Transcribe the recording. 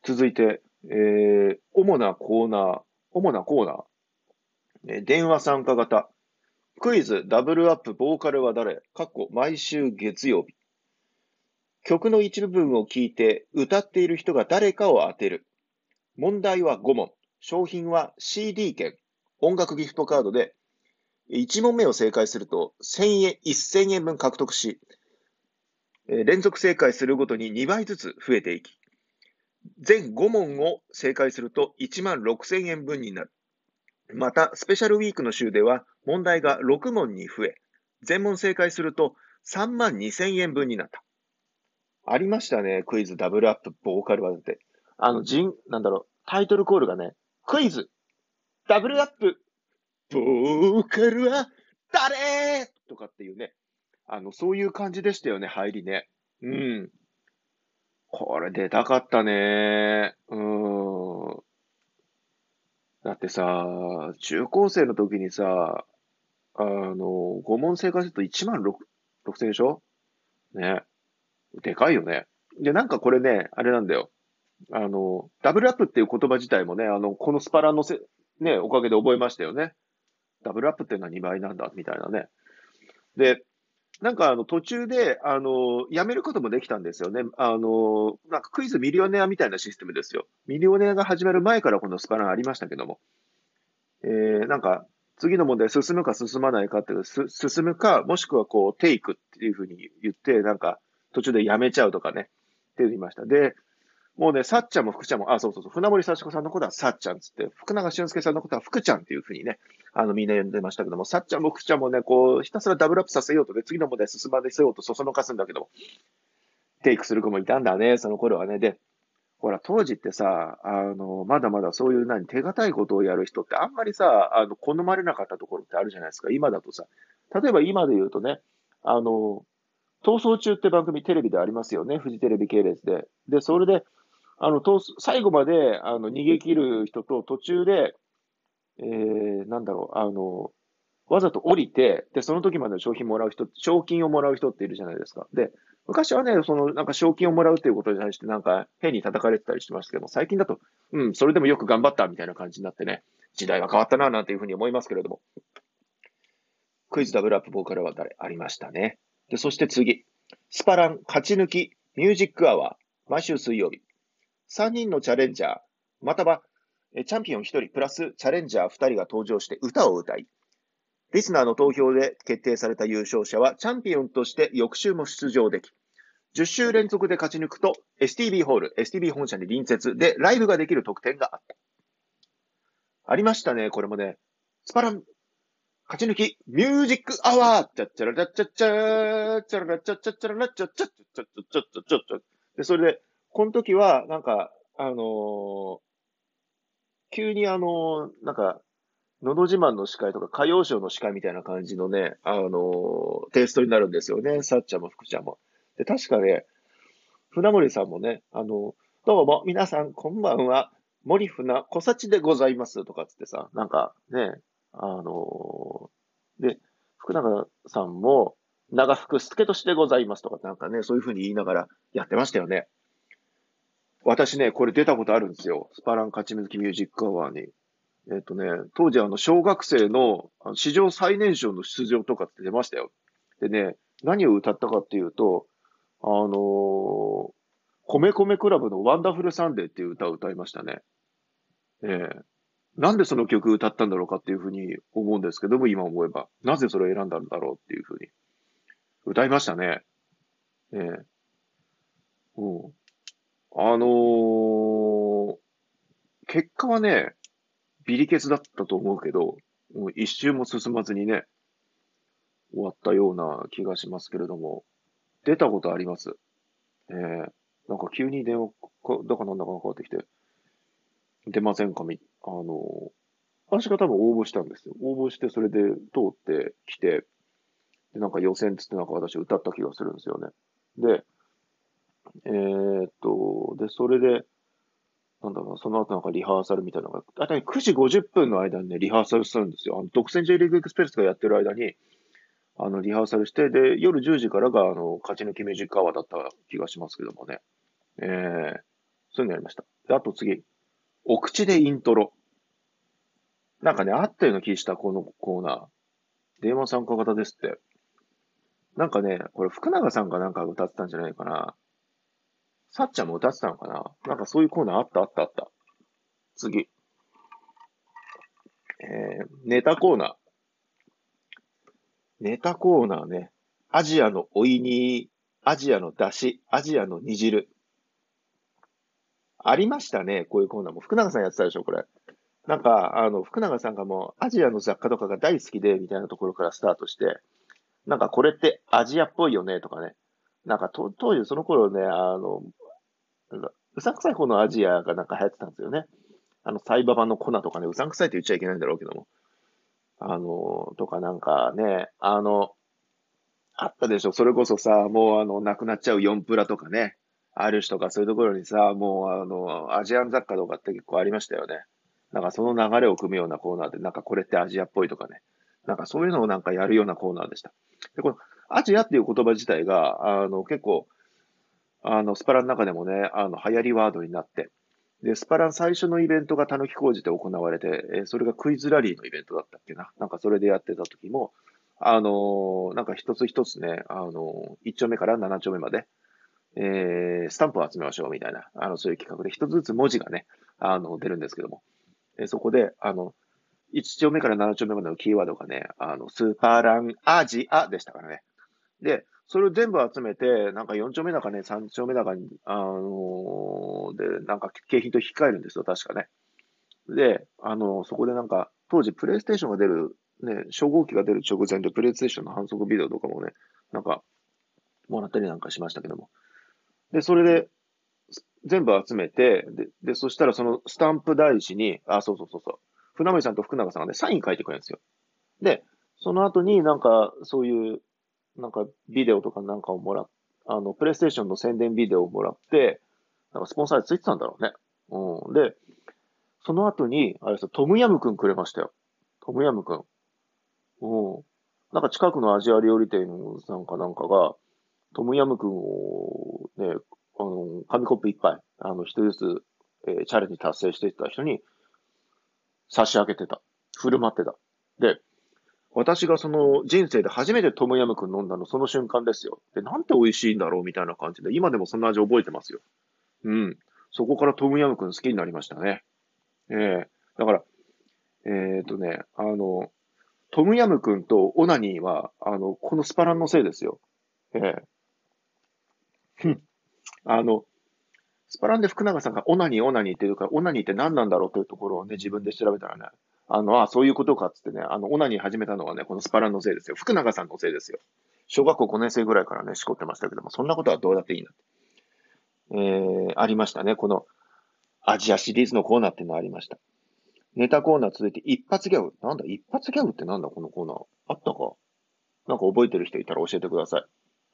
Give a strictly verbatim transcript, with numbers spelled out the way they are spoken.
続いて、えー、主なコーナー、主なコーナー、えー電話参加型、クイズ、ダブルアップ、ボーカルは誰かっこ毎週月曜日。曲の一部分を聞いて、歌っている人が誰かを当てる。問題はご問。商品は シーディー 券、音楽ギフトカードで、いち問目を正解するとせんえん、せんえん分獲得し、連続正解するごとににばいずつ増えていき、全ご問を正解するといちまんろくせんえん分になる。また、スペシャルウィークの週では問題がろく問に増え、全問正解するとさんまんにせんえん分になった。ありましたね、クイズダブルアップボーカルはって。あの、人、なんだろう、タイトルコールがね、クイズダブルアップボーカルは誰とかっていうね、あの、そういう感じでしたよね、入りね。うん。これ出たかったね。うん。だってさ、中高生の時にさ、あの、ご問正解するといちまんろくせんでしょね。でかいよね。で、なんかこれね、あれなんだよ。あの、ダブルアップっていう言葉自体もね、あの、このスパランのせ、ね、おかげで覚えましたよね。ダブルアップっていうのはにばいなんだ、みたいなね。で、なんかあの途中で、あの、やめることもできたんですよね。あの、なんかクイズミリオネアみたいなシステムですよ。ミリオネアが始まる前からこのスパランありましたけども。えー、なんか、次の問題進むか進まないかっていう、す進むか、もしくはこう、テイクっていうふうに言って、なんか、途中でやめちゃうとかね、って言いました。で、もうね、さっちゃんも福ちゃんも、あ、そうそうそう、船森幸子さんのことはさっちゃんっつって、福永俊介さんのことは福ちゃんっていうふうにね、あの、みんな呼んでましたけども、さっちゃんも福ちゃんもね、こう、ひたすらダブルアップさせようとで、次の問題進ませようとそそのかすんだけども、テイクする子もいたんだね、その頃はね。で、ほら、当時ってさ、あの、まだまだそういう何、手堅いことをやる人ってあんまりさ、あの、好まれなかったところってあるじゃないですか。今だとさ、例えば今で言うとね、あの、逃走中って番組テレビでありますよね。フジテレビ系列で。で、それで、あの、逃走最後まで、あの、逃げ切る人と途中で、えー、なんだろう、あの、わざと降りて、で、その時までの商品もらう人、賞金をもらう人っているじゃないですか。で、昔はね、その、なんか賞金をもらうっていうことに対して、なんか変に叩かれてたりしてましたけども、最近だと、うん、それでもよく頑張ったみたいな感じになってね、時代が変わったな、なんていうふうに思いますけれども、クイズダブルアップボーカルは誰ありましたね。で、そして次、スパラン勝ち抜きミュージックアワー、毎週水曜日。さんにんのチャレンジャー、または、チャンピオンひとりプラスチャレンジャーふたりが登場して歌を歌い、リスナーの投票で決定された優勝者はチャンピオンとして翌週も出場でき、じゅっ週連続で勝ち抜くと エスティービー ホール、エスティービー 本社に隣接でライブができる特典があった。ありましたね、これもね。スパラン、勝ち抜き、ミュージックアワーチャッチャラチャッチャッチャーチャララチャッチャッチャララチャッチャッチャッチャッチャッチャッチャッチャッで、それで、この時は、なんか、あのー急にあのーなんか、のど自慢の司会とか歌謡ショーの司会みたいな感じのね、あのーテイストになるんですよね。さっちゃんも福ちゃんも。で、確かね、船森さんもね、あの、どうも、皆さん、こんばんは。森船小幸でございますとかつってさ、なんかね、あのーで、福永さんも、長福助としてございますとか、なんかね、そういうふうに言いながらやってましたよね。私ね、これ出たことあるんですよ。スパラン勝ち抜きミュージックアワーに。えっとね、当時あの、小学生のあの史上最年少の出場とかって出ましたよ。でね、何を歌ったかっていうと、あのー米米クラブのワンダフルサンデーっていう歌を歌いましたね。ええ。なんでその曲歌ったんだろうかっていうふうに思うんですけども、今思えば。なぜそれを選んだんだろうっていうふうに。歌いましたね。ええ。うん。あのー結果はね、ビリケツだったと思うけど、うん、一周も進まずにね、終わったような気がしますけれども、出たことあります。ええ。なんか急に電話か、だかなんだかかかってきて、出ませんかみ、あの、私が多分応募したんですよ。応募して、それで通ってきて、で、なんか予選つってなんか私歌った気がするんですよね。で、えーっと、で、それで、なんだろうな、その後なんかリハーサルみたいなのが、だいたいくじごじゅっぷんの間にね、リハーサルするんですよ。あの、独占 J リーグエクスプレスがやってる間に、あの、リハーサルして、で、夜じゅうじからが、あの、勝ち抜きミュージックアワーだった気がしますけどもね。えー、そういうのやりました。 で、あと次、お口でイントロ。なんかね、あったような気した、このコーナー。電話参加型ですって。なんかね、これ福永さんがなんか歌ってたんじゃないかな。さっちゃんも歌ってたのかな。なんかそういうコーナーあったあったあった。次。えー、ネタコーナー。ネタコーナーね。アジアのおいに、アジアの出汁、アジアの煮汁。ありましたね、こういうコーナーも。福永さんやってたでしょ、これ。なんか、あの、福永さんがもうアジアの雑貨とかが大好きで、みたいなところからスタートして、なんかこれってアジアっぽいよね、とかね。なんかと当時その頃ね、あの、なんかうさんくさい方のアジアがなんか流行ってたんですよね。あの、サイババの粉とかね、うさんくさいって言っちゃいけないんだろうけども。あの、とかなんかね、あの、あったでしょ。それこそさ、もうあの、なくなっちゃうヨンプラとかね。ある種とかそういうところにさ、もうあの、アジアン雑貨とかって結構ありましたよね。なんかその流れを組むようなコーナーで、なんかこれってアジアっぽいとかね。なんかそういうのをなんかやるようなコーナーでした。で、このアジアっていう言葉自体が、あの、結構、あの、スパラの中でもね、あの、流行りワードになって、で、スパラン最初のイベントがたぬき工事で行われて、えーそれがクイズラリーのイベントだったっけな。なんかそれでやってた時も、あのーなんか一つ一つね、あのー、いち丁目からなな丁目まで、えースタンプを集めましょうみたいな、あの、そういう企画で一つずつ文字がね、あの、出るんですけども、えーそこで、あの、いち丁目からなな丁目までのキーワードがね、あの、スーパーランアジアでしたからね。で、それを全部集めて、なんかよん丁目だかね、さん丁目だかに、あのーで、なんか景品と引き換えるんですよ、確かね。で、あの、そこでなんか、当時プレイステーションが出る、ね、初号機が出る直前でプレイステーションの反則ビデオとかもね、なんか、もらったりなんかしましたけども。で、それで、全部集めて、で、で、そしたらそのスタンプ台紙に、あ、そうそうそうそう、船森さんと福永さんがね、サイン書いてくれるんですよ。で、その後になんか、そういう、なんか、ビデオとかなんかをもらっ、あの、プレイステーションの宣伝ビデオをもらって、なんかスポンサーでついてたんだろうね。うん。で、その後に、あれですよ、トムヤムくんくれましたよ。トムヤムくん。うん。なんか近くのアジア料理店さんかなんかが、トムヤムくんをね、あの、紙コップ一杯、あの、一人ずつ、えーチャレンジ達成していった人に差し上げてた。振る舞ってた。で、私がその人生で初めてトムヤムクン飲んだのその瞬間ですよ。で、なんて美味しいんだろうみたいな感じで、今でもそんな味覚えてますよ。うん。そこからトムヤムクン好きになりましたね。ええだから、えっとね、あの、トムヤムクンとオナニーは、あの、このスパランのせいですよ。ええふんあの、スパランで福永さんがオナニー、オナニーって言うから、オナニーって何なんだろうというところをね、自分で調べたらね、あの、あ、そういうことかっつってね、あの、オナニー始めたのはね、このスパランのせいですよ。福永さんのせいですよ。小学校ごねん生ぐらいからね、しこってましたけども、そんなことはどうだっていいな。えー、ありましたね。このアジアシリーズのコーナーっていうのがありました。ネタコーナー続いて一発ギャグ。なんだ、一発ギャグってなんだ、このコーナー。あったかなんか覚えてる人いたら教えてください。